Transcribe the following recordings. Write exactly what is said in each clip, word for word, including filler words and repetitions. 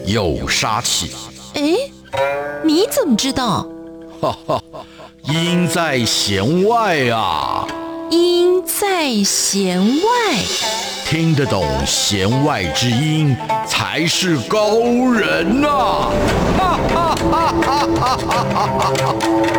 有杀气。 诶，你怎么知道？ 哈哈，音在弦外啊。 音在弦外， 听得懂弦外之音才是高人呐、啊！哈哈哈哈哈哈哈！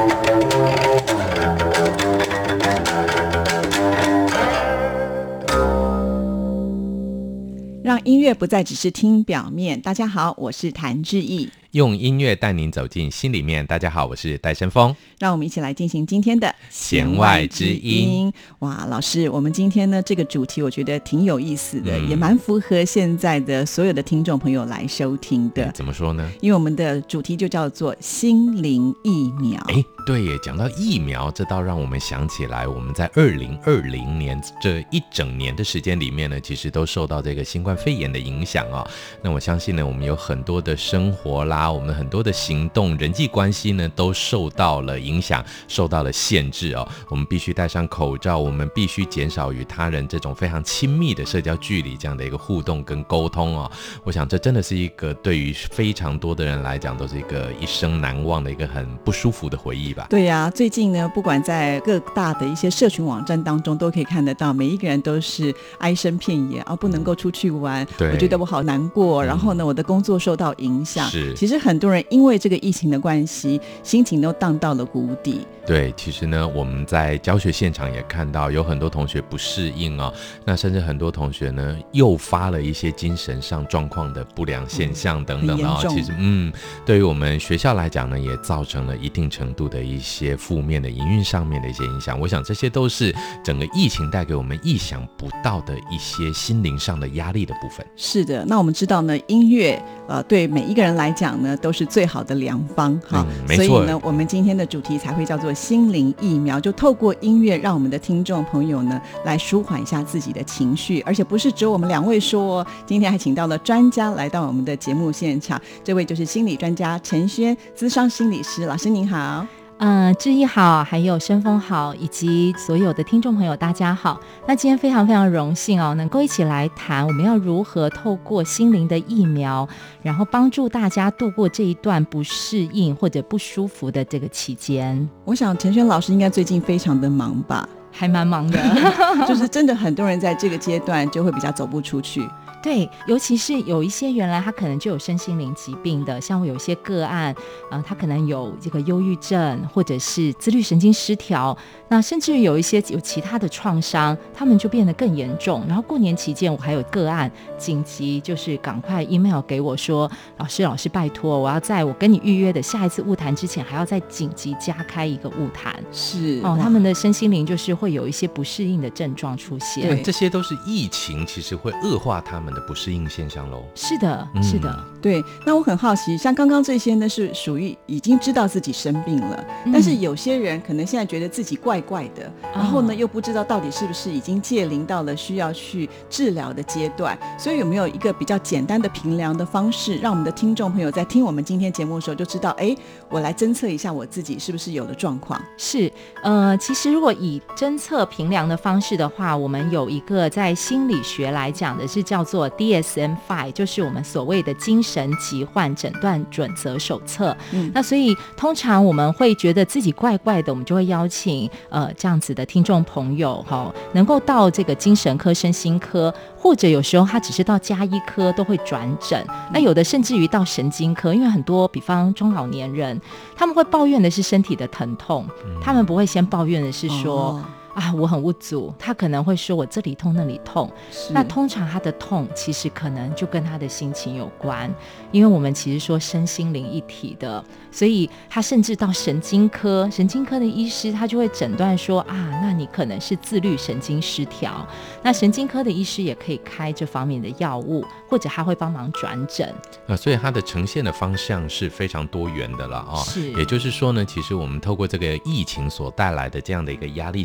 让音乐不再只是听表面。大家好，我是谭志毅， 用音乐带您走进心里面。大家好，我是戴胜峰。 让我们一起来进行今天的弦外之音。 哇，老师，我们今天呢这个主题我觉得挺有意思的、嗯、也蛮符合现在的所有的听众朋友来收听的、 嗯、怎么说呢？ 因为我们的主题就叫做心灵疫苗。 哎，对耶，讲到疫苗，这倒让我们想起来，我们在二零二零年这一整年的时间里面呢，其实都受到这个新冠肺炎的影响啊、哦。那我相信呢，我们有很多的生活啦，我们很多的行动、人际关系呢，都受到了影响，受到了限制哦。我们必须戴上口罩，我们必须减少与他人这种非常亲密的社交距离这样的一个互动跟沟通哦。我想这真的是一个对于非常多的人来讲，都是一个一生难忘的一个很不舒服的回忆吧。 对呀、啊，最近呢，不管在各大的一些社群网站当中，都可以看得到，每一个人都是哀声遍野啊，不能够出去玩，我觉得我好难过，然后呢，我的工作受到影响。 是， 其实很多人因为这个疫情的关系，心情都荡到了谷底。 对，其实呢，我们在教学现场也看到有很多同学不适应哦，那甚至很多同学呢诱发了一些精神上状况的不良现象等等的哦。其实，嗯，对于我们学校来讲呢，也造成了一定程度的一些负面的营运上面的一些影响。我想这些都是整个疫情带给我们意想不到的一些心灵上的压力的部分。 是的，那我们知道呢，音乐呃对每一个人来讲呢都是最好的良方哈、 嗯，没错。所以呢，我们今天的主题才会叫做心灵疫苗，就透过音乐让我们的听众朋友呢来舒缓一下自己的情绪，而且不是只有我们两位说、哦，今天还请到了专家来到我们的节目现场，这位就是心理专家陈轩，咨商心理师老师您好。 嗯，志毅好，还有申峰好，以及所有的听众朋友大家好。那今天非常非常荣幸哦，能够一起来谈我们要如何透过心灵的疫苗，然后帮助大家度过这一段不适应或者不舒服的这个期间。 我想陈轩老师应该最近非常的忙吧？ 还蛮忙的就是真的很多人在这个阶段就会比较走不出去。 对，尤其是有一些原来他可能就有身心灵疾病的，像我有一些个案、呃、他可能有这个忧郁症或者是自律神经失调，那甚至有一些有其他的创伤，他们就变得更严重。然后过年期间我还有个案紧急就是赶快 email 给我说，老师老师拜托，我要在我跟你预约的下一次晤谈之前还要再紧急加开一个晤谈。 是哦，他们的身心灵就是会有一些不适应的症状出现。 对，这些都是疫情其实会恶化他们的不适应现象咯。 是的、嗯、是的。 对，那我很好奇，像刚刚这些呢是属于已经知道自己生病了、嗯、但是有些人可能现在觉得自己怪怪的、嗯、然后呢又不知道到底是不是已经届临到了需要去治疗的阶段，所以有没有一个比较简单的评量的方式，让我们的听众朋友在听我们今天节目的时候就知道，哎，我来侦测一下我自己是不是有的状况。 是呃，其实如果以侦测评量的方式的话，我们有一个在心理学来讲的是叫做 D S M 五， 就是我们所谓的精神疾患诊断准则手册、嗯、那所以通常我们会觉得自己怪怪的，我们就会邀请呃这样子的听众朋友、哦、能够到这个精神科身心科，或者有时候他只是到家医科都会转诊、嗯、那有的甚至于到神经科，因为很多比方中老年人他们会抱怨的是身体的疼痛、嗯、他们不会先抱怨的是说、哦啊，我很无助，他可能会说我这里痛那里痛，那通常他的痛其实可能就跟他的心情有关，因为我们其实说身心灵一体的，所以他甚至到神经科，神经科的医师他就会诊断说啊，那你可能是自律神经失调，那神经科的医师也可以开这方面的药物，或者他会帮忙转诊、 呃、所以它的呈现的方向是非常多元的了、哦、 是， 也就是说呢，其实我们透过这个疫情所带来的这样的一个压力现象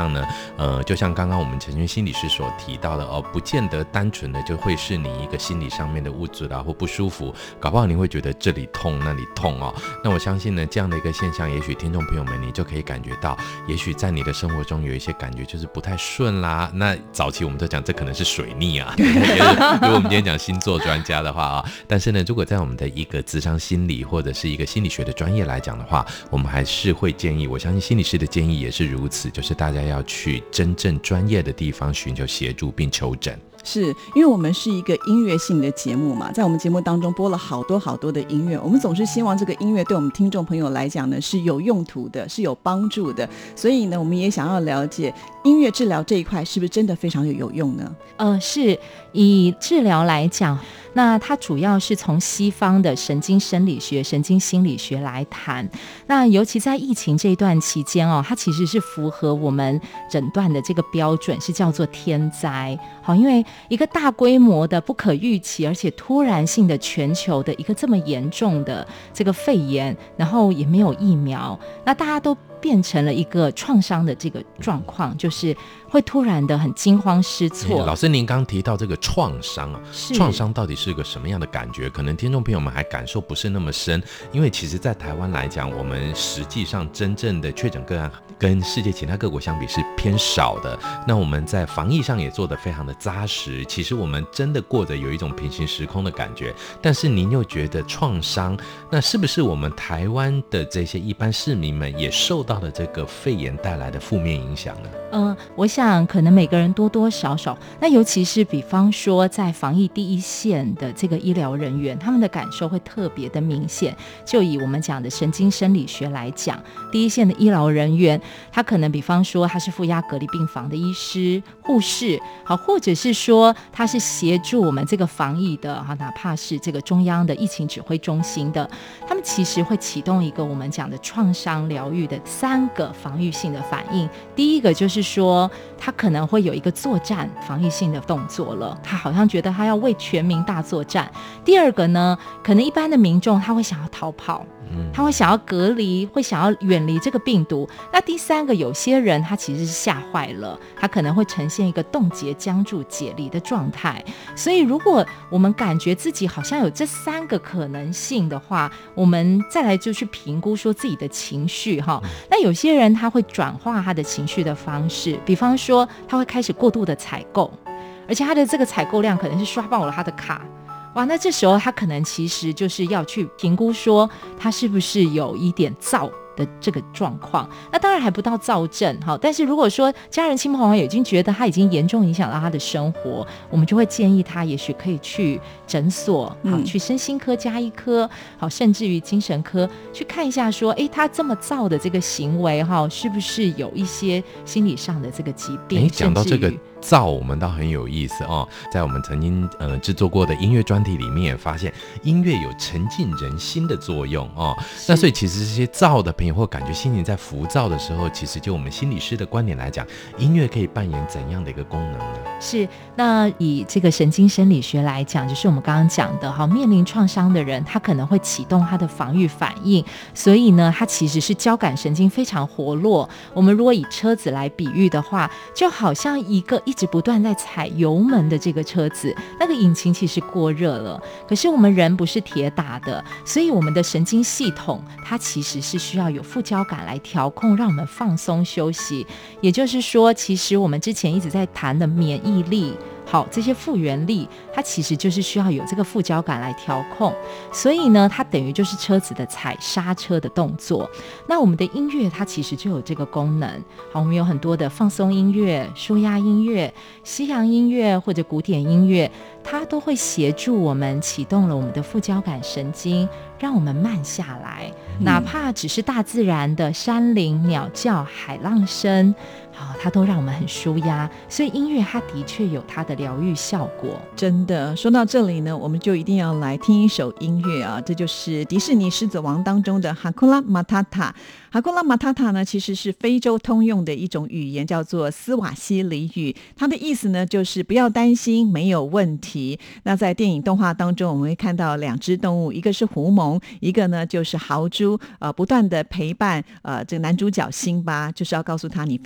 上呢，呃，就像刚刚我们陈轩心理师所提到的哦，不见得单纯的就会是你一个心理上面的物质啊或不舒服，搞不好你会觉得这里痛那里痛哦。那我相信呢，这样的一个现象，也许听众朋友们你就可以感觉到，也许在你的生活中有一些感觉就是不太顺啦。那早期我们都讲这可能是水逆啊，如果我们今天讲星座专家的话啊，但是呢，如果在我们的一个咨商心理或者是一个心理学的专业来讲的话，我们还是会建议，我相信心理师的建议也是如此，就是大家要去真正专业的地方寻求协助并求诊。 是因为我们是一个音乐性的节目嘛，在我们节目当中播了好多好多的音乐，我们总是希望这个音乐对我们听众朋友来讲呢是有用途的，是有帮助的，所以呢我们也想要了解音乐治疗这一块是不是真的非常的有用呢？ 呃，是以治疗来讲，那它主要是从西方的神经生理学、神经心理学来谈。那尤其在疫情这一段期间哦，它其实是符合我们诊断的这个标准，是叫做天灾。好，因为一个大规模的、不可预期而且突然性的全球的一个这么严重的这个肺炎，然后也没有疫苗，那大家都变成了一个创伤的这个状况，就是会突然的很惊慌失措。 老师您刚提到这个创伤啊，创伤到底是个什么样的感觉？可能听众朋友们还感受不是那么深，因为其实在台湾来讲，我们实际上真正的确诊个案跟世界其他各国相比是偏少的。那我们在防疫上也做得非常的扎实，其实我们真的过着有一种平行时空的感觉。但是您又觉得创伤，那是不是我们台湾的这些一般市民们也受到了这个肺炎带来的负面影响呢？ 嗯、呃，我想可能每个人多多少少，那尤其是比方说在防疫第一线的这个医疗人员，他们的感受会特别的明显。就以我们讲的神经生理学来讲，第一线的医疗人员，他可能比方说他是负压隔离病房的医师、护士，好，或者是说他是协助我们这个防疫的，好，哪怕是这个中央的疫情指挥中心的，他们其实会启动一个我们讲的创伤疗愈的三个防御性的反应。第一个就是说，他可能会有一个作战防御性的动作了，他好像觉得他要为全民大作战。第二个呢，可能一般的民众他会想要逃跑，他会想要隔离，会想要远离这个病毒。那第三个，有些人他其实是吓坏了，他可能会呈现一个冻结、僵住、解离的状态。所以如果我们感觉自己好像有这三个可能性的话，我们再来就去评估说自己的情绪哈。那有些人他会转化他的情绪的方式，比方说他会开始过度的采购，而且他的这个采购量可能是刷爆了他的卡。哇，那这时候他可能其实就是要去评估说他是不是有一点躁的这个状况。那当然还不到躁症，但是如果说家人亲朋好友已经觉得他已经严重影响到他的生活，我们就会建议他也许可以去诊所，好， 嗯、 去身心科加医科，好，甚至于精神科去看一下说，哎，他这么躁的这个行为是不是有一些心理上的这个疾病。 讲到这个躁，我们倒很有意思哦。在我们曾经呃制作过的音乐专题里面，也发现音乐有沉浸人心的作用哦。那所以其实这些躁的朋友或感觉心情在浮躁的时候，其实就我们心理师的观点来讲，音乐可以扮演怎样的一个功能呢？ 是，那以这个神经生理学来讲，就是我们刚刚讲的哈，面临创伤的人，他可能会启动他的防御反应，所以呢，他其实是交感神经非常活络。我们如果以车子来比喻的话，就好像一个一直不断在踩油门的这个车子，那个引擎其实过热了，可是我们人不是铁打的，所以我们的神经系统它其实是需要有副交感来调控，让我们放松休息。也就是说，其实我们之前一直在谈的免疫力，好，这些复原力，它其实就是需要有这个副交感来调控。所以呢，它等于就是车子的踩刹车的动作。那我们的音乐它其实就有这个功能。好，我们有很多的放松音乐、舒压音乐、西洋音乐或者古典音乐，它都会协助我们启动了我们的副交感神经，让我们慢下来。哪怕只是大自然的山林、鸟叫、海浪声，好，它都让我们很舒压。所以音乐它的确有它的疗愈效果。 真的，说到这里呢，我们就一定要来听一首音乐啊，这就是迪士尼狮子王当中的哈库拉马塔塔。哈库拉马塔塔呢，其实是非洲通用的一种语言，叫做斯瓦希里语。它的意思呢，就是不要担心，没有问题。那在电影动画当中，我们会看到两只动物，一个是狐獴，一个呢就是豪猪，呃，不断的陪伴呃这个男主角辛巴，就是要告诉他你放松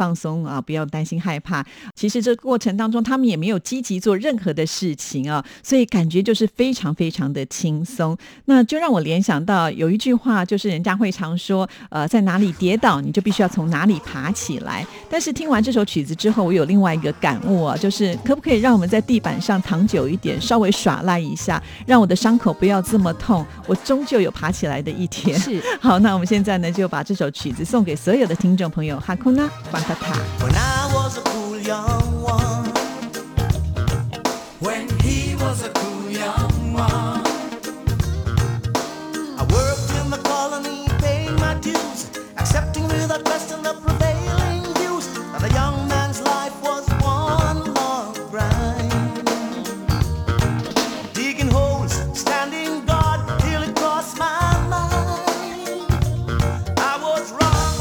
松啊，不要担心害怕。其实这个过程当中他们也没有积极做任何的事情啊，所以感觉就是非常非常的轻松。那就让我联想到有一句话，就是人家会常说呃，在哪里跌倒你就必须要从哪里爬起来。但是听完这首曲子之后，我有另外一个感悟啊，就是可不可以让我们在地板上躺久一点，稍微耍赖一下，让我的伤口不要这么痛，我终究有爬起来的一天。 是。 好，那我们现在呢就把这首曲子送给所有的听众朋友。哈库纳巴塔塔。 When I was a cool young one, when he was a cool young one, I worked in the colony, paying my dues, accepting without question the prevailing views that a young man's life was one long grind, digging holes, standing guard till it crossed my mind. I was wrong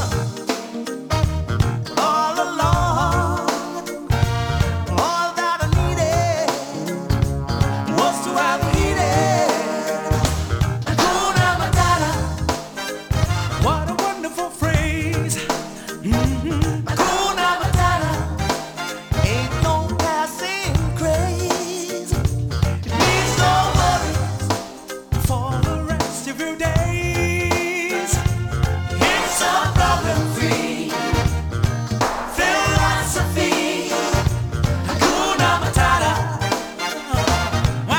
all along. All that I needed was to have needed Hakuna Matata. What a wonderful phrase. Mm-hmm. Hakuna Matata ain't no passing craze. It means no worries for the rest of your days. It's a problem-free philosophy. Hakuna Matata. Wow.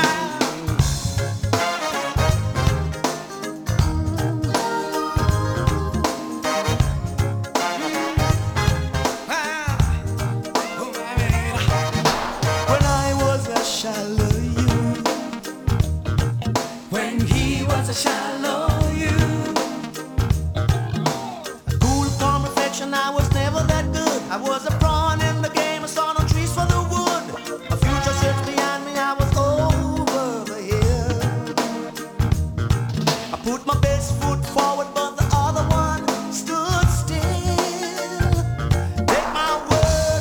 When I was a shallow youth, when he was a shallow youth, cool, calm reflection, I was never that good. I was a pawn in the game, I saw no trees for the wood. A future search behind me, I was over the hill. I put my best foot forward, but the other one stood still. Take my word,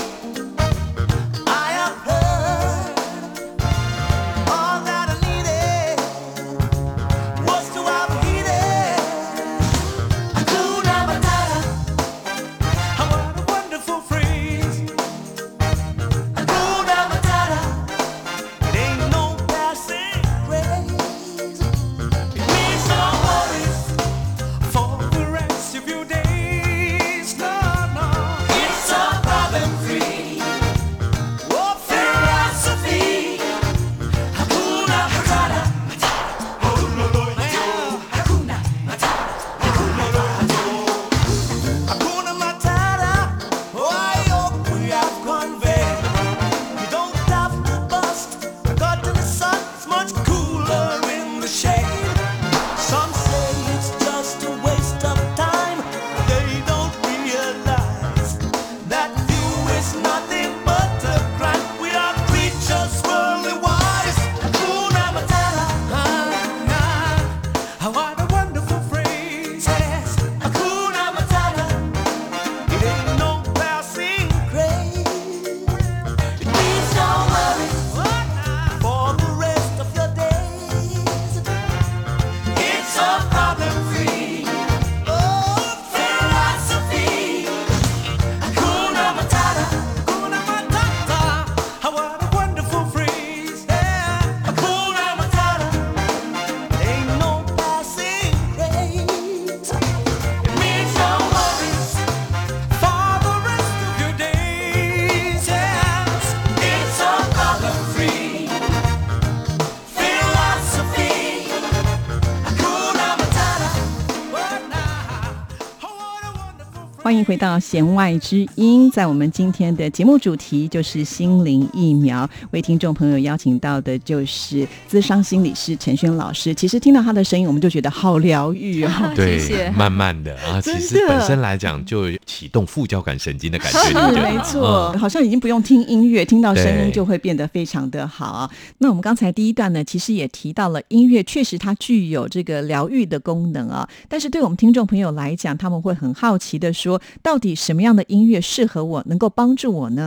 I have heard all that I needed was to have needed Hakuna Matata. What a wonderful phrase. Hakuna Matata. It ain't no passing craze. It means no worries for the rest of your days. No, no. It's a problem-free philosophy. Hakuna Matata. Hakuna Matata. Hakuna Matata. Oh, I hope we have conveyed. You don't have to bust. A cut in the sun is much cooler in the shade. Some say it's just a waste of time. They don't realize that view is nothing but a crime. We are creatures worldly wise. Hakuna Matata. Ah, ah, what a wonderful phrase. Yes, Hakuna Matata. It ain't no passing craze. It means no worries for the rest of your days. It's a problem-free philosophy. Hakuna Matata. Hakuna Matata. What a wonderful phrase. Yeah. Hakuna Matata. Ain't no passing craze. It means no worries for the rest of your days. Yes, it's a problem-free philosophy. Hakuna Matata. What now? Oh, what a wonderful phrase. 欢迎回到弦外之音，在我们今天的节目主题就是心灵疫苗，为听众朋友邀请到的就是咨商心理师陈轩老师。其实听到他的声音，我们就觉得好疗愈哦。 对， 谢谢慢慢的啊，其真的实本身来讲就有启动副交感神经的感觉，你不觉得没吗错， 嗯好像已经不用听音乐，听到声音对就会变得非常的好啊。那我们刚才第一段呢，其实也提到了音乐确实它具有这个疗愈的功能啊。但是对我们听众朋友来讲，他们会很好奇的说，到底什么样的音乐适合我，能够帮助我呢？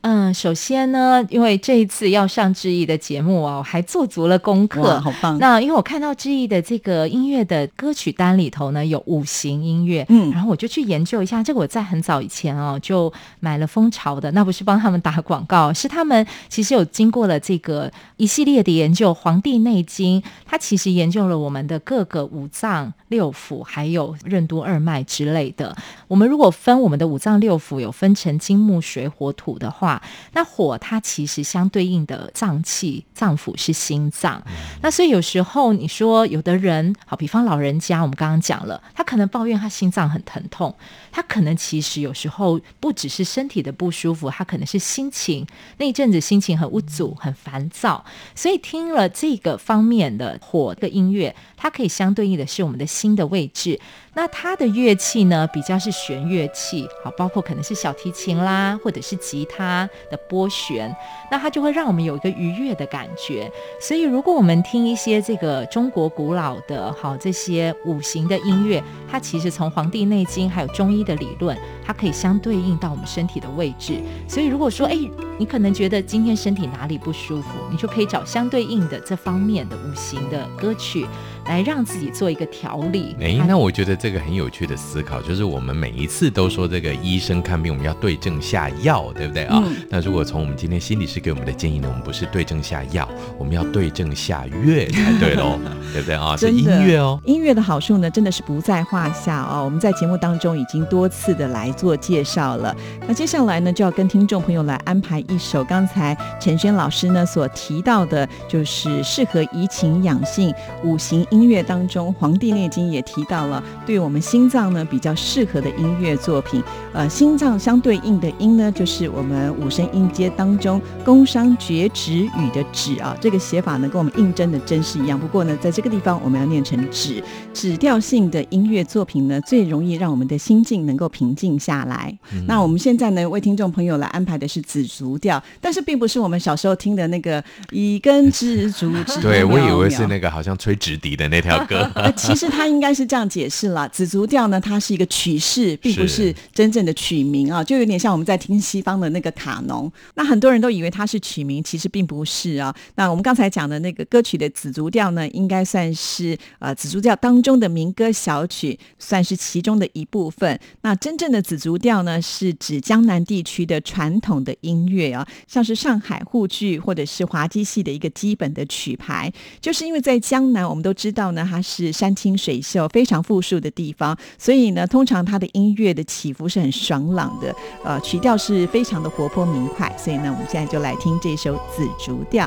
嗯，首先呢，因为这一次要上志毅的节目啊，我还做足了功课， 哇好棒。 那因为我看到志毅的这个音乐的歌曲单里头呢，有五行音乐， 嗯， 然后我就去研究一下。这个我在很早以前哦，就买了蜂巢的，那不是帮他们打广告，是他们其实有经过了这个一系列的研究，《黄帝内经》它其实研究了我们的各个五脏六腑，还有任督二脉之类的。我们如果分我们的五脏六腑有分成金木水火土的话，那火它其实相对应的脏器脏腑是心脏，那所以有时候你说有的人，好比方老人家，我们刚刚讲了，他可能抱怨他心脏很疼痛，他可能其实有时候不只是身体的不舒服，他可能是心情那一阵子心情很无助很烦躁，所以听了这个方面的火的音乐，它可以相对应的是我们的心的位置。那它的乐器呢比较是弦乐器，好，包括可能是小提琴啦，或者是吉他的拨弦，那它就会让我们有一个愉悦的感觉。所以如果我们听一些这个中国古老的好这些五行的音乐，它其实从《黄帝内经》还有中医的理论，它可以相对应到我们身体的位置。所以如果说哎，你可能觉得今天身体哪里不舒服，你就可以找相对应的这方面的五行的歌曲来让自己做一个调理。 哎，那我觉得这个很有趣的思考，就是我们每一次都说这个医生看病我们要对症下药，对不对啊？嗯、那如果从我们今天心理师给我们的建议呢，我们不是对症下药，我们要对症下乐才对咯对不对啊？是音乐哦。 音乐的好处呢，真的是不在话下哦。我们在节目当中已经多次的来做介绍了。那接下来呢，就要跟听众朋友来安排一首刚才陈轩老师呢所提到的，就是适合怡情养性五行音乐当中，《黄帝内经》也提到了对我们心脏呢比较适合的音乐作品。呃，心脏相对应的音呢，就是我们五声音阶当中宫商角徵羽的徵啊，这个写法呢跟我们应征的真是一样。不过呢，在这个地方我们要念成徵。徵调性的音乐作品呢，最容易让我们的心境能够平静下来。嗯、那我们现在呢，为听众朋友来安排的是紫竹调，但是并不是我们小时候听的那个一根蜘蛛织。 对，我以为是那个好像吹直笛的那条歌。 其实它应该是这样解释啦，紫竹调呢，它是一个曲式，并不是真正的曲名啊，就有点像我们在听西方的那个卡农。那很多人都以为它是曲名，其实并不是啊。那我们刚才讲的那个歌曲的紫竹调呢，应该算是呃紫竹调当中的民歌小曲，算是其中的一部分。那真正的紫竹调呢，是指江南地区的传统的音乐啊，像是上海沪剧或者是滑稽戏的一个基本的曲牌。就是因为在江南，我们都知道呢，它是山清水秀、非常富庶的地方，所以呢，通常它的音乐的起伏是很爽朗的，呃，曲调是非常的活泼明快。所以呢，我们现在就来听这首紫竹调。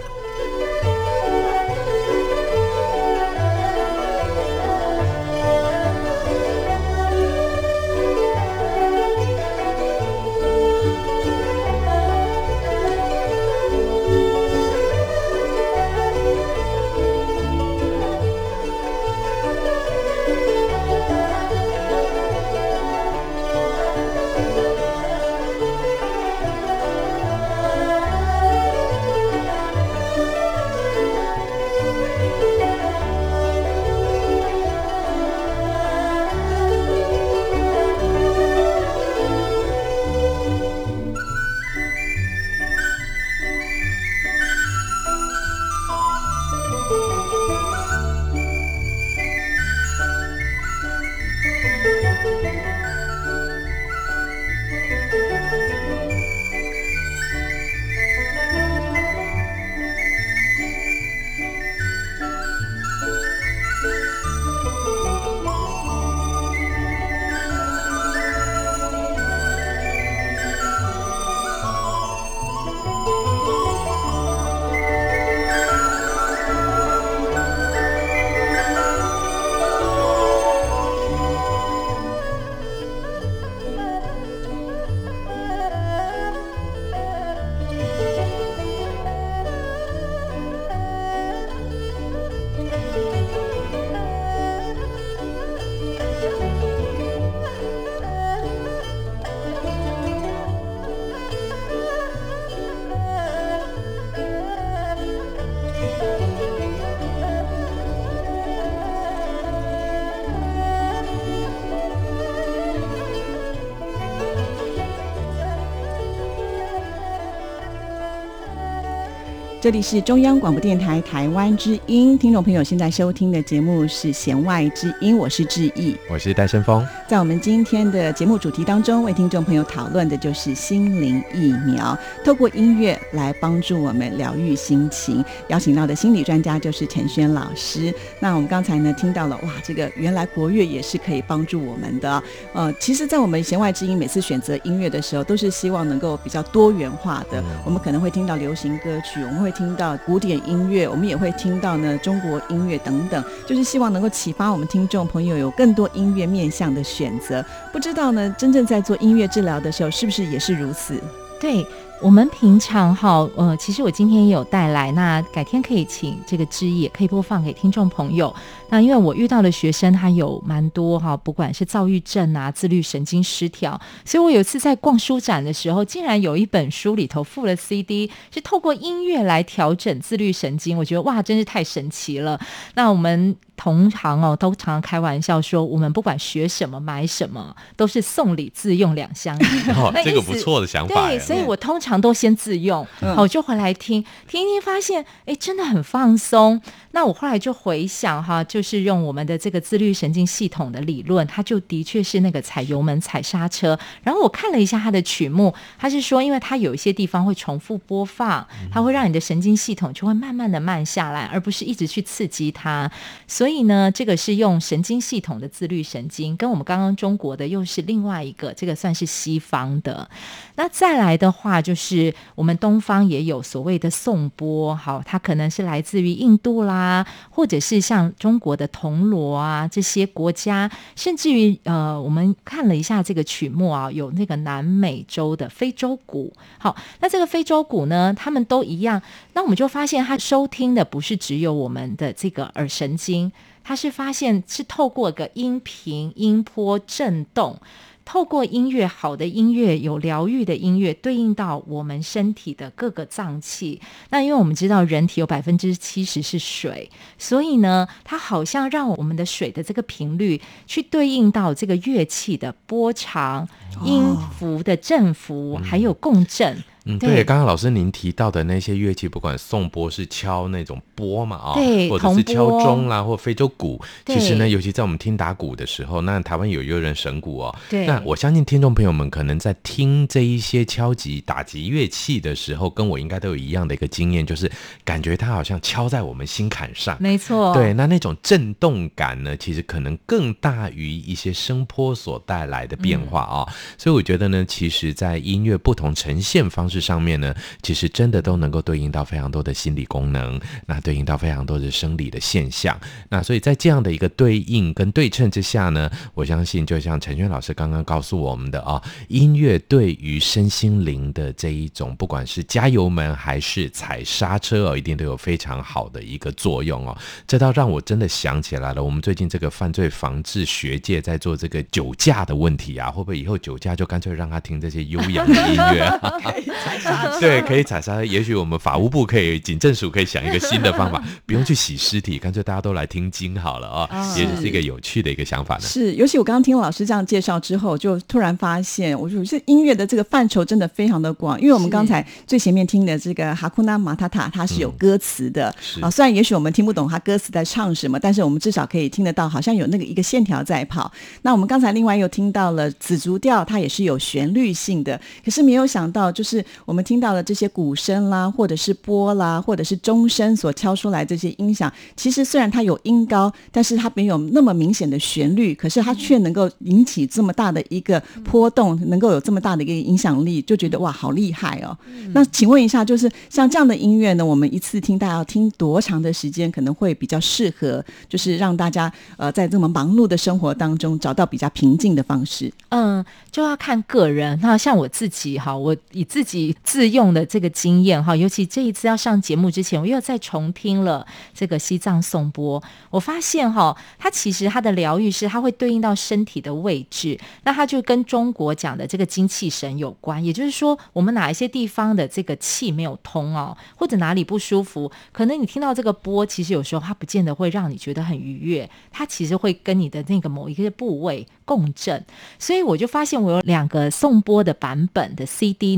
这里是中央广播电台台湾之音，听众朋友现在收听的节目是弦外之音，我是志毅， 我是戴胜峰。 在我们今天的节目主题当中，为听众朋友讨论的就是心灵疫苗，透过音乐来帮助我们疗愈心情。邀请到的心理专家就是陈轩老师。那我们刚才呢听到了，哇，这个原来国乐也是可以帮助我们的。呃，其实，在我们弦外之音每次选择音乐的时候，都是希望能够比较多元化的。嗯、我们可能会听到流行歌曲，我们会听到古典音乐，我们也会听到呢中国音乐等等，就是希望能够启发我们听众朋友有更多音乐面向的选择。不知道呢，真正在做音乐治疗的时候，是不是也是如此？ 对，我们平常哈，呃，其实我今天也有带来，那改天可以请这个志毅也可以播放给听众朋友。那因为我遇到的学生他有蛮多哈，不管是躁郁症啊、自律神经失调，所以我有一次在逛书展的时候，竟然有一本书里头附了 C D， 是透过音乐来调整自律神经，我觉得哇，真是太神奇了。那我们同行哦，都常常开玩笑说，我们不管学什么买什么，都是送礼自用两相宜。 哦，这个不错的想法。 对，所以我通常都先自用，嗯、好，我就回来听听一听，发现哎，真的很放松。那我后来就回想哈，就是用我们的这个自律神经系统的理论，它就的确是那个踩油门踩刹车。然后我看了一下它的曲目，它是说，因为它有一些地方会重复播放，它会让你的神经系统就会慢慢的慢下来，而不是一直去刺激它。所以呢，这个是用神经系统的自律神经，跟我们刚刚中国的又是另外一个，这个算是西方的。那再来的话，就是我们东方也有所谓的颂钵，好，它可能是来自于印度啦，或者是像中国的铜锣啊这些国家，甚至于呃，我们看了一下这个曲目啊，有那个南美洲的非洲鼓。好，那这个非洲鼓呢，他们都一样。那我们就发现，它收听的不是只有我们的这个耳神经，它是发现是透过个音频、音波震动。透过音乐，好的音乐，有疗愈的音乐，对应到我们身体的各个脏器。那因为我们知道人体有百分之七十是水，所以呢，它好像让我们的水的这个频率去对应到这个乐器的波长、哦、音符的振幅，还有共振。 嗯，对，刚刚老师您提到的那些乐器，不管颂钵是敲那种钵嘛啊、哦，或者是敲钟啦，或非洲鼓，其实呢，尤其在我们听打鼓的时候，那台湾有悠人神鼓哦， 对， 那我相信听众朋友们可能在听这一些敲击打击乐器的时候，跟我应该都有一样的一个经验，就是感觉它好像敲在我们心坎上， 没错， 对，那那种震动感呢，其实可能更大于一些声波所带来的变化啊、哦嗯，所以我觉得呢，其实在音乐不同呈现方式上面呢，其实真的都能够对应到非常多的心理功能，那对应到非常多的生理的现象。那所以在这样的一个对应跟对称之下呢，我相信就像陈轩老师刚刚告诉我们的啊、哦，音乐对于身心灵的这一种，不管是加油门还是踩刹车哦，一定都有非常好的一个作用哦。这倒让我真的想起来了，我们最近这个犯罪防治学界在做这个酒驾的问题啊，会不会以后酒驾就干脆让他听这些悠扬的音乐啊？对，可以踩刹车。也许我们法务部可以，警政署可以想一个新的方法，不用去洗尸体，干脆大家都来听经好了啊、哦，也是一个有趣的一个想法呢。 是，尤其我刚刚听老师这样介绍之后，就突然发现，我觉得这音乐的这个范畴真的非常的广，因为我们刚才最前面听的这个哈库纳马塔塔，它是有歌词的、嗯、啊，虽然也许我们听不懂它歌词在唱什么，但是我们至少可以听得到，好像有那个一个线条在跑。那我们刚才另外又听到了紫竹调，它也是有旋律性的，可是没有想到，就是我们听到了这些鼓声啦，或者是波啦，或者是钟声所敲出来这些音响，其实虽然它有音高，但是它没有那么明显的旋律，可是它却能够引起这么大的一个波动，能够有这么大的一个影响力，就觉得哇，好厉害哦。嗯、那请问一下，就是像这样的音乐呢，我们一次听大家要听多长的时间可能会比较适合，就是让大家呃在这么忙碌的生活当中找到比较平静的方式？ 嗯，就要看个人。那像我自己哈，我以自己自用的这个经验哈，尤其这一次要上节目之前，我又再重听了这个西藏颂钵，我发现哈，它其实它的疗愈是它会对应到身体的位置，那它就跟中国讲的这个精气神有关，也就是说我们哪一些地方的这个气没有通哦，或者哪里不舒服，可能你听到这个钵，其实有时候它不见得会让你觉得很愉悦，它其实会跟你的那个某一个部位共振。所以我就发现我有两个颂钵的版本的 C D 呢，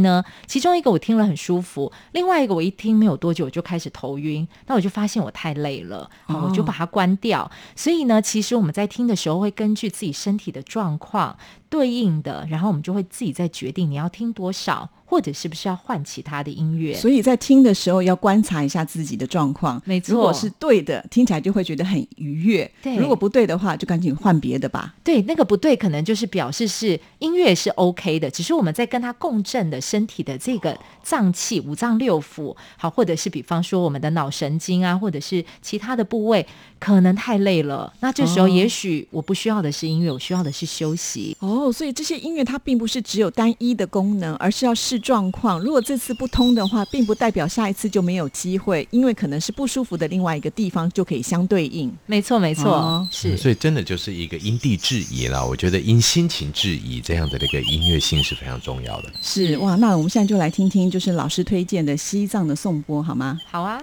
其中一个我听了很舒服，另外一个我一听没有多久我就开始头晕，那我就发现我太累了，哦、我就把它关掉。所以呢，其实我们在听的时候会根据自己身体的状况对应的，然后我们就会自己再决定你要听多少，或者是不是要换其他的音乐。 所以在听的时候要观察一下自己的状况， 没错， 如果是对的，听起来就会觉得很愉悦， 对， 如果不对的话就赶紧换别的吧。 对，那个不对可能就是表示是音乐是 OK 的，只是我们在跟它共振的身体的这个脏器五脏六腑，好，或者是比方说我们的脑神经啊，或者是其他的部位可能太累了，那这时候也许我不需要的是音乐，我需要的是休息。 哦，所以这些音乐它并不是只有单一的功能，而是要视状况，如果这次不通的话，并不代表下一次就没有机会，因为可能是不舒服的另外一个地方就可以相对应。 没错没错、哦、是、 嗯、所以真的就是一个因地制宜啦，我觉得因心情制宜这样的这个音乐性是非常重要的。 是哇，那我们现在就来听听就是老师推荐的西藏的颂钵好吗？ 好啊。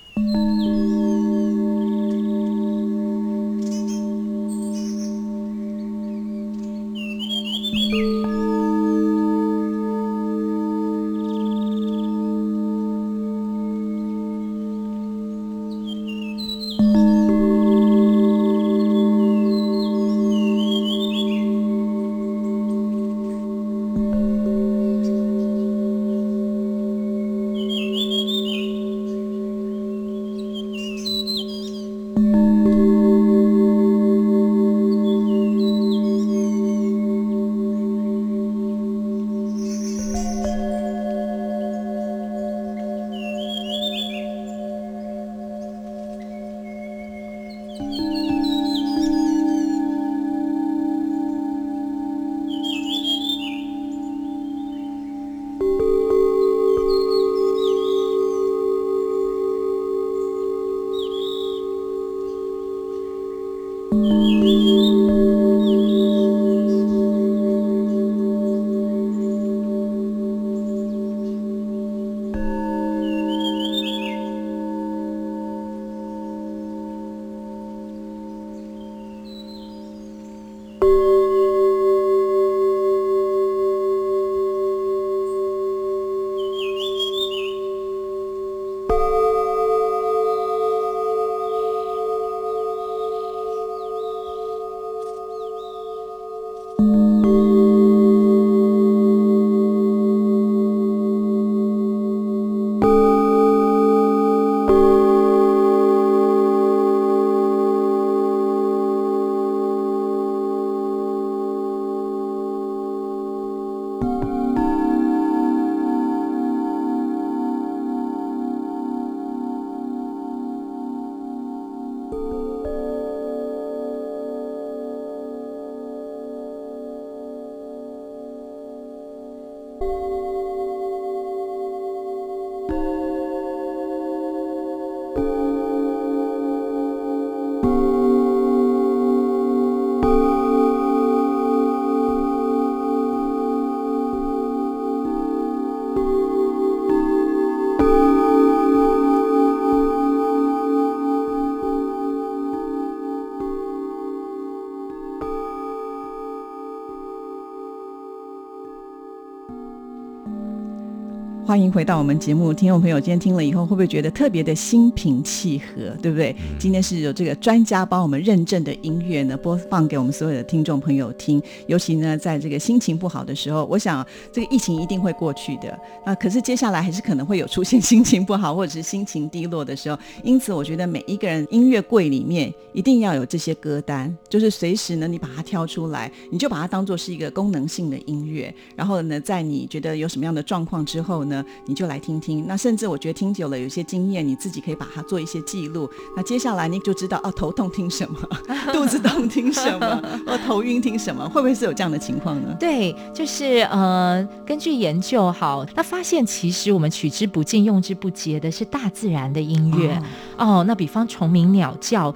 欢迎回到我们节目，听众朋友今天听了以后会不会觉得特别的心平气和，对不对、嗯、今天是有这个专家帮我们认证的音乐呢播放给我们所有的听众朋友听，尤其呢在这个心情不好的时候，我想这个疫情一定会过去的，那可是接下来还是可能会有出现心情不好或者是心情低落的时候，因此我觉得每一个人音乐柜里面一定要有这些歌单，就是随时呢你把它挑出来，你就把它当作是一个功能性的音乐，然后呢在你觉得有什么样的状况之后呢你就来听听，那甚至我觉得听久了有些经验你自己可以把它做一些记录，那接下来你就知道哦头痛听什么肚子痛听什么哦头晕听什么，会不会是有这样的情况呢？ 对，就是呃根据研究好，那发现其实我们取之不尽用之不竭的是大自然的音乐 哦, 哦那比方虫鸣鸟叫它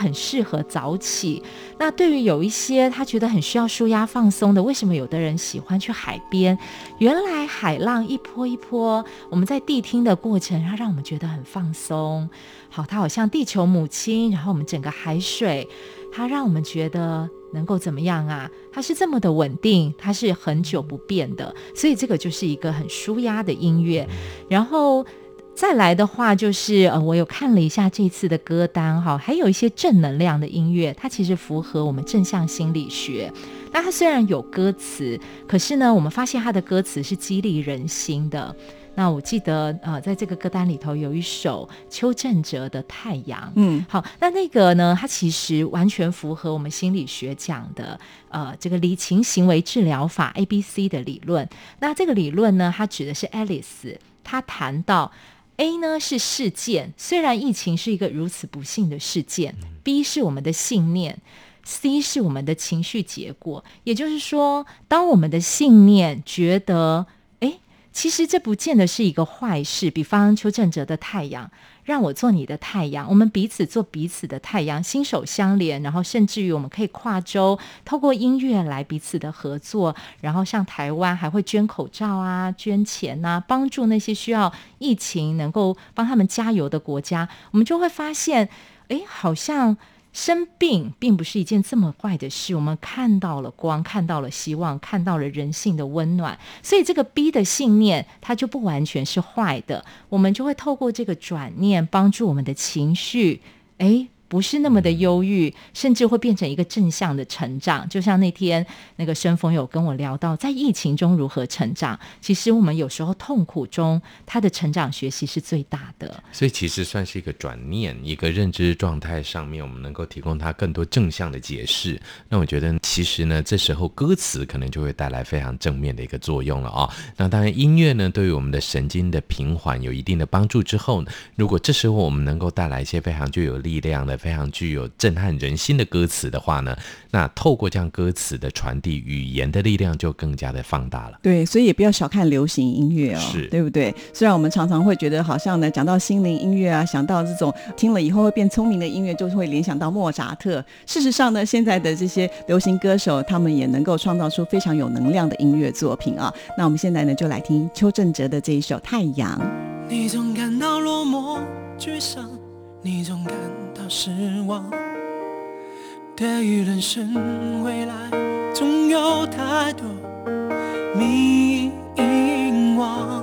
很适合早起。那对于有一些他觉得很需要舒压放松的，为什么有的人喜欢去海边？原来海浪一波一波，我们在谛听的过程，它让我们觉得很放松。好，它好像地球母亲，然后我们整个海水，它让我们觉得能够怎么样啊？它是这么的稳定，它是很久不变的，所以这个就是一个很舒压的音乐。然后再来的话就是呃，我有看了一下这次的歌单哈，还有一些正能量的音乐，它其实符合我们正向心理学。那它虽然有歌词，可是呢，我们发现它的歌词是激励人心的。那我记得呃，在这个歌单里头有一首邱振哲的《太阳》，嗯，好，那那个呢，它其实完全符合我们心理学讲的呃这个理情行为治疗法 A B C 的理论。那这个理论呢，它指的是 Alice， 她谈到 A 呢是事件，虽然疫情是一个如此不幸的事件 ，B 是我们的信念。C 是我们的情绪结果，也就是说，当我们的信念觉得，诶，其实这不见得是一个坏事。比方邱振哲的太阳，让我做你的太阳，我们彼此做彼此的太阳，心手相连，然后甚至于我们可以跨州，透过音乐来彼此的合作，然后像台湾还会捐口罩啊、捐钱啊，帮助那些需要疫情能够帮他们加油的国家，我们就会发现，诶，好像生病并不是一件这么坏的事，我们看到了光，看到了希望，看到了人性的温暖，所以这个 B 的信念它就不完全是坏的，我们就会透过这个转念帮助我们的情绪，诶，不是那么的忧郁，甚至会变成一个正向的成长。就像那天那个申峰有跟我聊到在疫情中如何成长，其实我们有时候痛苦中他的成长学习是最大的， 所以其实算是一个转念，一个认知状态上面我们能够提供他更多正向的解释。那我觉得其实呢，这时候歌词可能就会带来非常正面的一个作用了啊、哦。那当然音乐呢对于我们的神经的平缓有一定的帮助之后呢，如果这时候我们能够带来一些非常具有力量的非常具有震撼人心的歌词的话呢，那透过这样歌词的传递，语言的力量就更加的放大了。 对，所以也不要小看流行音乐哦， 是， 对不对？虽然我们常常会觉得好像呢，讲到心灵音乐啊，想到这种听了以后会变聪明的音乐，就会联想到莫扎特。事实上呢，现在的这些流行歌手，他们也能够创造出非常有能量的音乐作品啊。那我们现在呢，就来听邱振哲的这一首《太阳》。 你总感到落寞沮丧，你总感到失望，对于人生未来总有太多迷惘，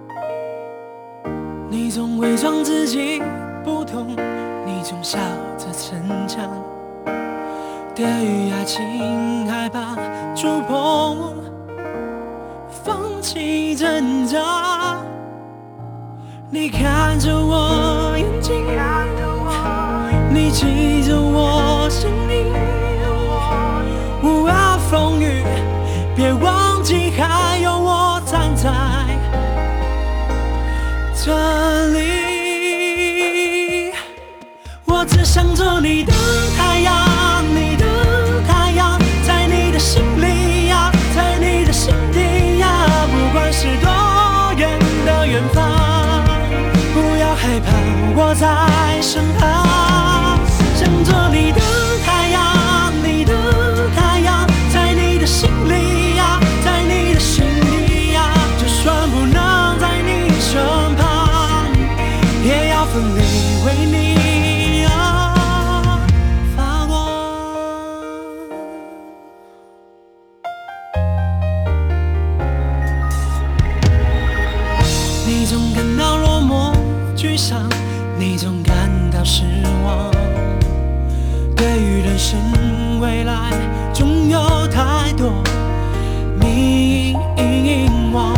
你总伪装自己不懂，你总笑着逞强，对于爱情害怕触碰，放弃挣扎，你看着我眼睛，你记着我声音，无碍风雨，别忘记还有我站在这里。我只想做你的太阳，你的太阳，在你的心里呀，在你的心底呀，不管是多远的远方，不要害怕，我在身旁，想做你的太阳，你的太阳，在你的心里呀，在你的心里呀，就算不能在你身旁，也要奋力为你啊发光。你总感到落寞沮丧，你总感到失望，对于人生未来总有太多迷惘，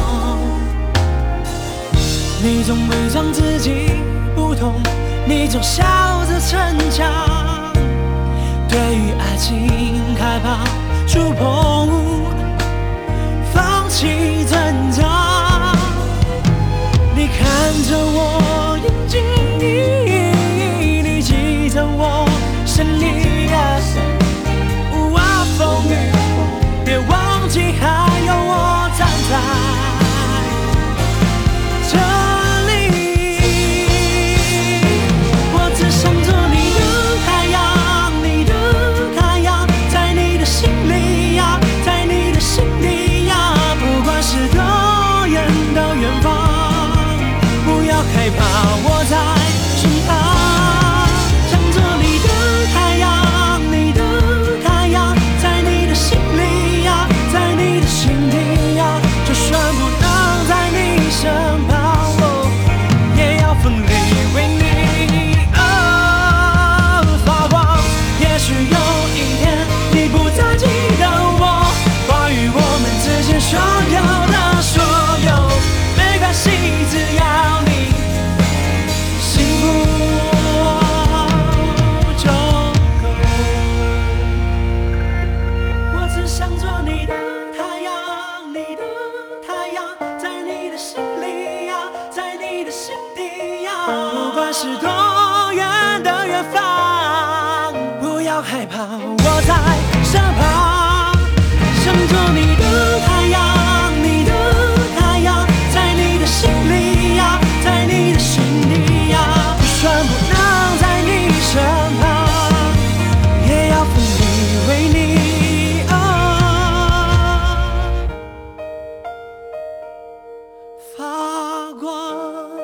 你总伪装自己不懂，你总笑着逞强，对于爱情害怕触碰，放弃挣扎，你看着我眼睛，你记着我声音啊，无碍风雨，别忘记还有我站在这里。我只想做你的太阳， 害怕，我在身旁，想做你的太阳，你的太阳，在你的心里呀，在你的心底呀，就算不能在你身旁，也要奋力为你啊发光。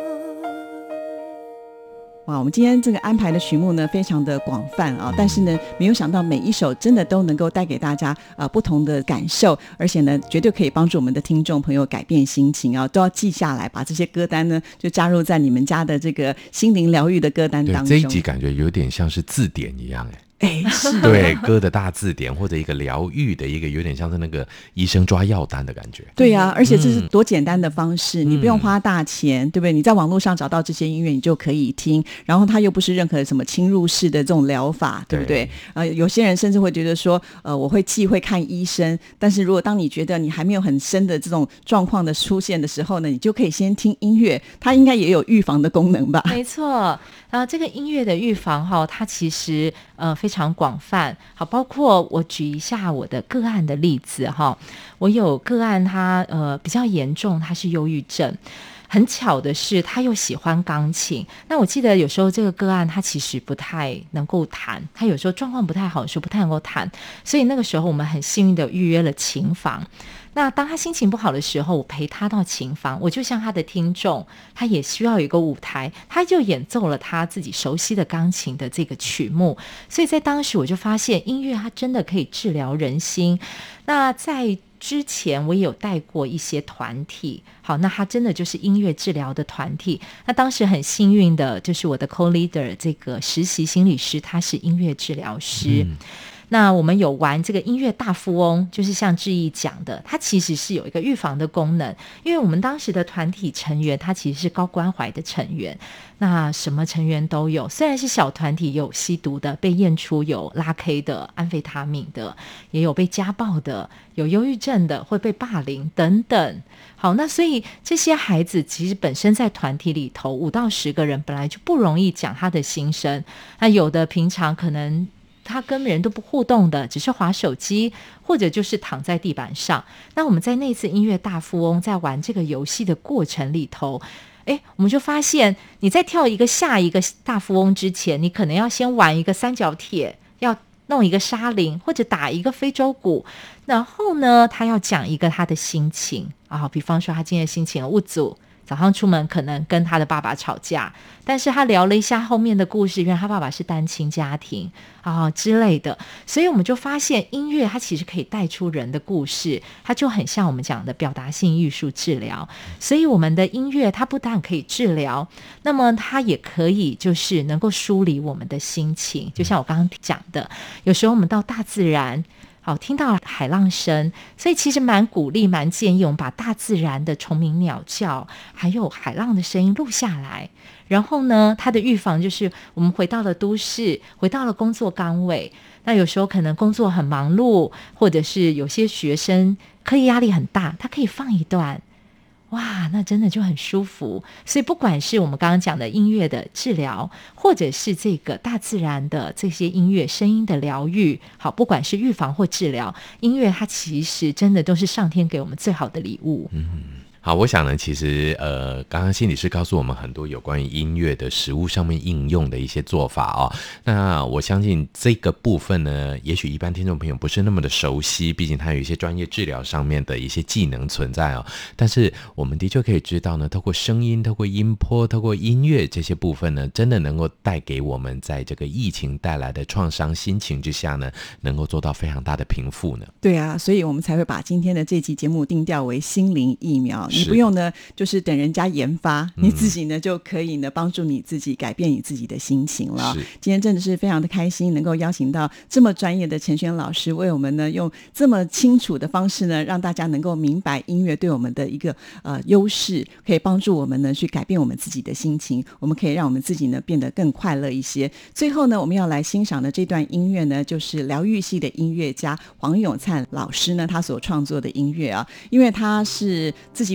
哇，我们今天这个安排的曲目呢，非常的广泛啊，但是呢，没有想到每一首真的都能够带给大家呃不同的感受，而且呢，绝对可以帮助我们的听众朋友改变心情啊，都要记下来，把这些歌单呢就加入在你们家的这个心灵疗愈的歌单对， 当中。 这一集感觉有点像是字典一样，哎。 哎，是对，歌的大字典或者一个疗愈的一个，有点像是那个医生抓药单的感觉。 对呀、啊，而且这是多简单的方式， 嗯、 你不用花大钱，对不对？你在网络上找到这些音乐，你就可以听，然后它又不是任何什么侵入式的这种疗法，对不对？对呃，有些人甚至会觉得说，呃，我会忌讳看医生，但是如果当你觉得你还没有很深的这种状况的出现的时候呢，你就可以先听音乐，它应该也有预防的功能吧？ 没错，啊，这个音乐的预防哈，它其实呃非常广泛。好，包括我举一下我的个案的例子哈，我有个案他呃比较严重，他是忧郁症。很巧的是，他又喜欢钢琴。那我记得有时候这个个案他其实不太能够弹，他有时候状况不太好的时候不太能够弹，所以那个时候我们很幸运的预约了琴房。那当他心情不好的时候，我陪他到琴房，我就像他的听众，他也需要有一个舞台，他就演奏了他自己熟悉的钢琴的这个曲目。所以在当时我就发现音乐它真的可以治疗人心。那在之前我也有带过一些团体，好，那他真的就是音乐治疗的团体。那当时很幸运的就是我的 co-leader 这个实习心理师，他是音乐治疗师。嗯，那我们有玩这个音乐大富翁，就是像志毅讲的，它其实是有一个预防的功能，因为我们当时的团体成员他其实是高关怀的成员，那什么成员都有，虽然是小团体，有吸毒的，被验出有拉 K 的、安非他命的，也有被家暴的，有忧郁症的，会被霸凌等等。好，那所以这些孩子其实本身在团体里头五到十个人本来就不容易讲他的心声，那有的平常可能他跟人都不互动的，只是滑手机，或者就是躺在地板上。那我们在那次音乐大富翁在玩这个游戏的过程里头，诶，我们就发现你在跳一个下一个大富翁之前，你可能要先玩一个三角铁，要弄一个沙铃，或者打一个非洲鼓，然后呢他要讲一个他的心情啊，比方说他今天的心情无助，早上出门可能跟他的爸爸吵架，但是他聊了一下后面的故事，原来他爸爸是单亲家庭啊之类的。所以我们就发现音乐它其实可以带出人的故事，它就很像我们讲的表达性艺术治疗。所以我们的音乐它不但可以治疗，那么它也可以就是能够梳理我们的心情。就像我刚刚讲的，有时候我们到大自然好，听到海浪声，所以其实蛮鼓励蛮建议我们把大自然的虫鸣鸟叫还有海浪的声音录下来。然后呢它的预防就是我们回到了都市，回到了工作岗位，那有时候可能工作很忙碌，或者是有些学生课业压力很大，他可以放一段，哇，那真的就很舒服。所以不管是我们刚刚讲的音乐的治疗，或者是这个大自然的这些音乐声音的疗愈，好，不管是预防或治疗，音乐它其实真的都是上天给我们最好的礼物。 嗯，好，我想呢，其实呃，刚刚心理师告诉我们很多有关于音乐的实务上面应用的一些做法哦。那我相信这个部分呢，也许一般听众朋友不是那么的熟悉，毕竟它有一些专业治疗上面的一些技能存在哦。但是我们的确可以知道呢，透过声音、透过音波、透过音乐这些部分呢，真的能够带给我们在这个疫情带来的创伤心情之下呢，能够做到非常大的平复呢。 对啊，所以我们才会把今天的这期节目定调为心灵疫苗。你不用呢就是等人家研发，你自己呢、嗯、就可以呢帮助你自己改变你自己的心情了。今天真的是非常的开心能够邀请到这么专业的陈璇老师，为我们呢用这么清楚的方式呢让大家能够明白音乐对我们的一个呃优势，可以帮助我们呢去改变我们自己的心情，我们可以让我们自己呢变得更快乐一些。最后呢我们要来欣赏的这段音乐呢，就是疗愈系的音乐家黄永灿老师呢他所创作的音乐啊，因为他是自己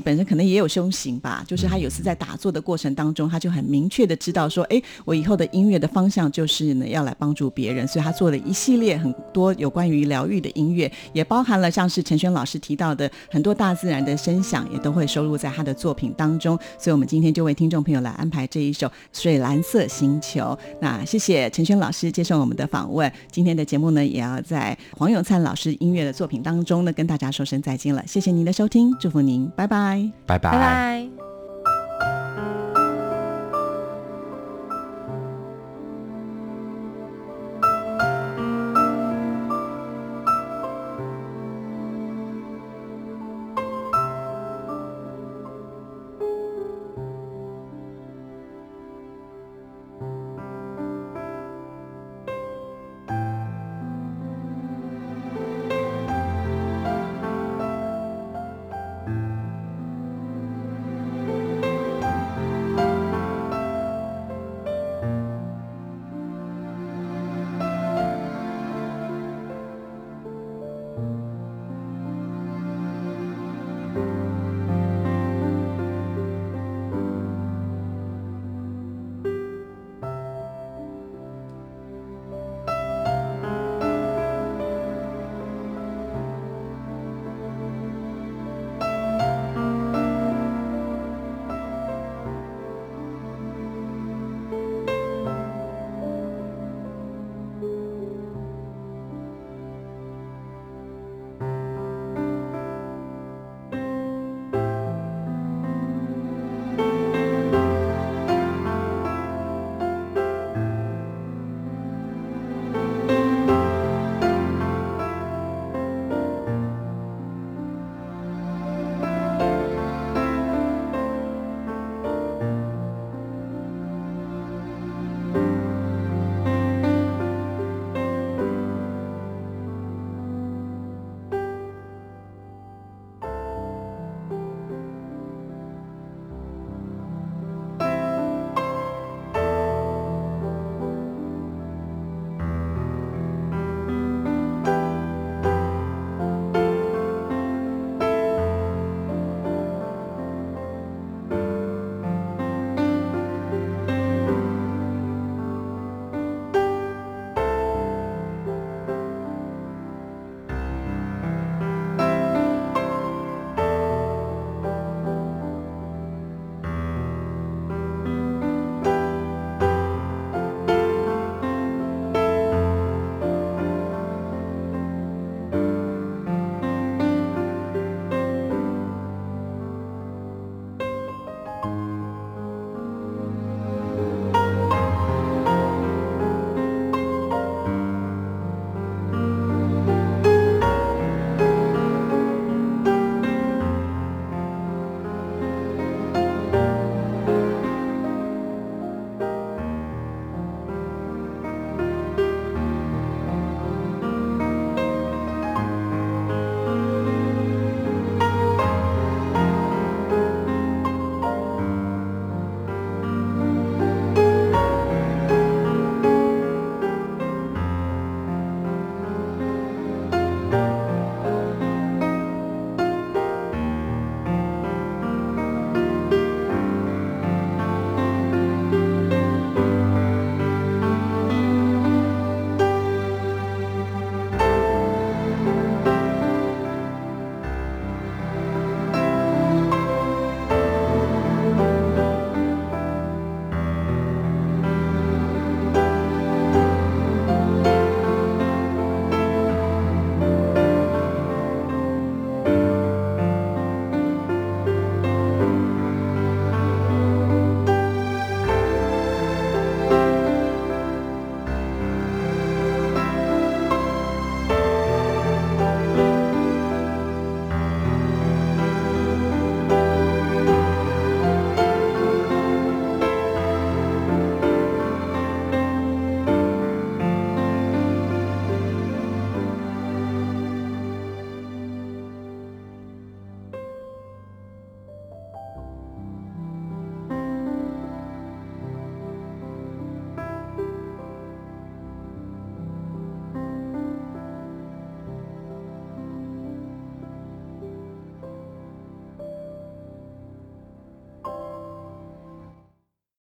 本身可能也有修行吧，就是他有次在打坐的过程当中，他就很明确的知道说，哎，我以后的音乐的方向就是呢要来帮助别人，所以他做了一系列很多有关于疗愈的音乐，也包含了像是陈轩老师提到的很多大自然的声响，也都会收录在他的作品当中。所以我们今天就为听众朋友来安排这一首《水蓝色星球》。那谢谢陈轩老师接受我们的访问，今天的节目呢也要在黄永灿老师音乐的作品当中呢跟大家说声再见了，谢谢您的收听，祝福您，拜拜， 拜拜。 拜拜。